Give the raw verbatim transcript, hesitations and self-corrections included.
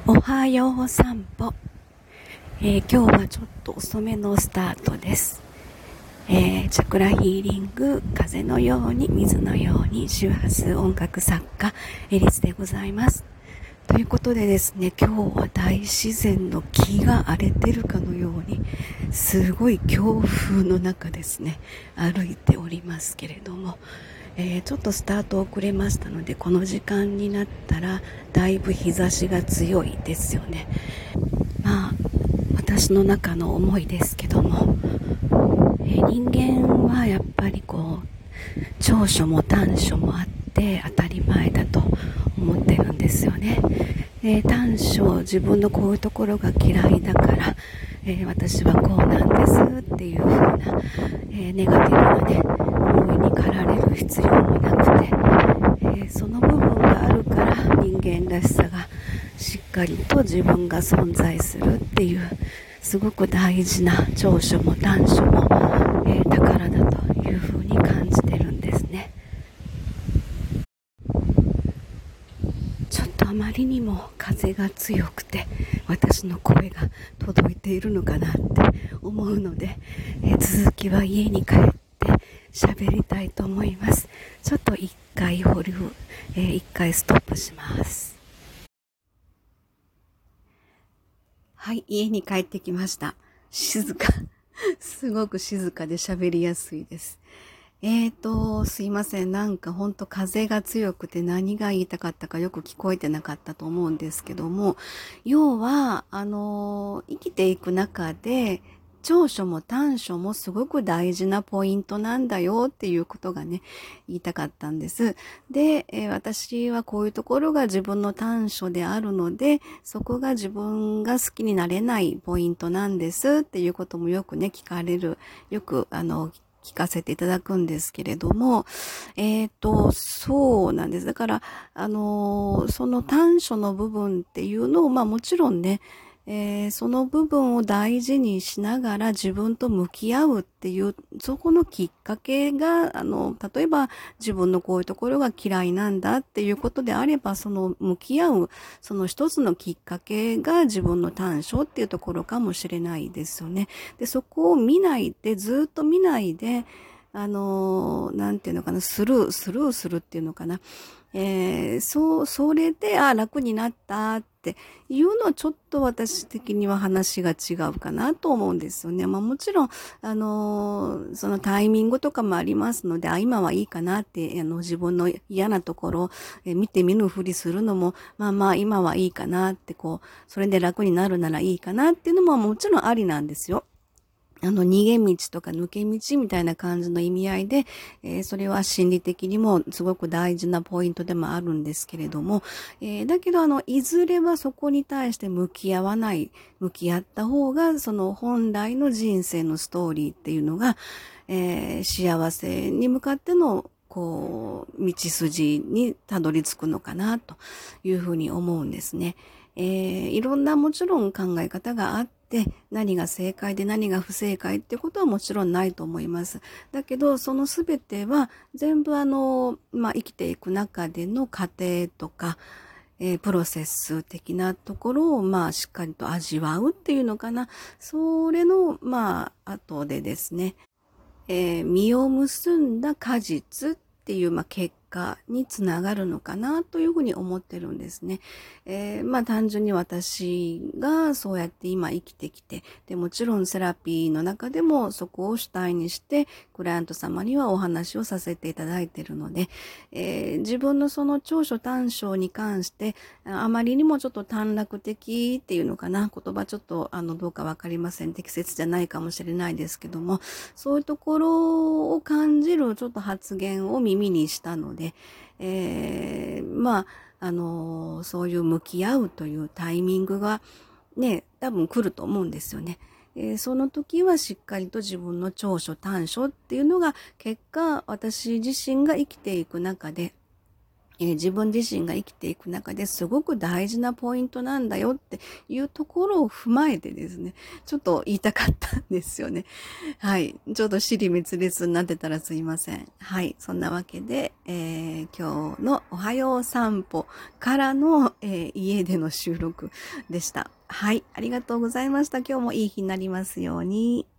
おはよう散歩、えー今日はちょっと遅めのスタートです。えーチャクラヒーリング、風のように水のように周波数音楽作家エリスでございます。ということでですね、今日は大自然の木が荒れてるかのようにすごい強風の中ですね歩いておりますけれども、えーちょっとスタート遅れましたので、この時間になったらだいぶ日差しが強いですよね。まあ私の中の思いですけども、えー人間はやっぱりこう長所も短所もあって当たり前だと思ってるんですよね。で、短所、自分のこういうところが嫌いだから、えー私はこうなんですっていう風な、えーネガティブなね思いに駆られる必要もなくて、えーその部分があるから人間らしさがしっかりと自分が存在するっていう、すごく大事な長所も短所も、えー宝だというふうに感じてるんですね。ちょっとあまりにも風が強くて私の声が届いているのかなって思うので、えー続きは家に帰って喋りたいと思います。ちょっと一回保留、えー一回ストップします。はい、家に帰ってきました。静か。すごく静かで喋りやすいです。えーと、すいません。なんかほんと風が強くて何が言いたかったかよく聞こえてなかったと思うんですけども、要は、あの、生きていく中で、長所も短所もすごく大事なポイントなんだよっていうことがね、言いたかったんです。で、えー私はこういうところが自分の短所であるので、そこが自分が好きになれないポイントなんですっていうこともよくね、聞かれる、よく、あの、聞かせていただくんですけれども、えっと、そうなんです。だから、あの、その短所の部分っていうのを、まあもちろんね、えーその部分を大事にしながら自分と向き合うっていう、そこのきっかけが、あの、例えば自分のこういうところが嫌いなんだっていうことであれば、その向き合う、その一つのきっかけが自分の短所っていうところかもしれないですよね。で、そこを見ないで、ずっと見ないで、あの、なんていうのかな、スルー、スルーするっていうのかな。えー、そう、それで、あ、楽になったっていうのはちょっと私的には話が違うかなと思うんですよね。まあもちろん、あのーそのタイミングとかもありますので、あ、今はいいかなって、あの、自分の嫌なところを、えー見て見ぬふりするのも、まあまあ今はいいかなって、こう、それで楽になるならいいかなっていうのももちろんありなんですよ。あの、逃げ道とか抜け道みたいな感じの意味合いで、えーそれは心理的にもすごく大事なポイントでもあるんですけれども、えーだけど、あの、いずれはそこに対して向き合わない、向き合った方が、その本来の人生のストーリーっていうのが、えー幸せに向かっての、こう、道筋にたどり着くのかな、というふうに思うんですね。えーいろんなもちろん考え方があって、何が正解で何が不正解ってことはもちろんないと思います。だけど、そのすべては全部あの、まあ、生きていく中での過程とか、えープロセス的なところを、まあ、しっかりと味わうっていうのかな。それの、まあ、後でですね、えー実を結んだ果実っていう、まあ、結果につながるのかなというふうに思ってるんですね。えーまあ単純に私がそうやって今生きてきて、でもちろんセラピーの中でもそこを主体にしてクライアント様にはお話をさせていただいているので、えー自分のその長所短所に関してあまりにもちょっと短絡的っていうのかな、言葉ちょっとあのどうかわかりません、適切じゃないかもしれないですけども、そういうところを感じるちょっと発言を耳にしたので、えーまああのそういう向き合うというタイミングがね、多分来ると思うんですよね。えーその時はしっかりと自分の長所短所っていうのが結果、私自身が生きていく中でえー自分自身が生きていく中ですごく大事なポイントなんだよっていうところを踏まえてですね、ちょっと言いたかったんですよね。はい。ちょっと尻滅裂になってたらすいません。はい。そんなわけで、えー今日のおはよう散歩からの、えー家での収録でした。はい。ありがとうございました。今日もいい日になりますように。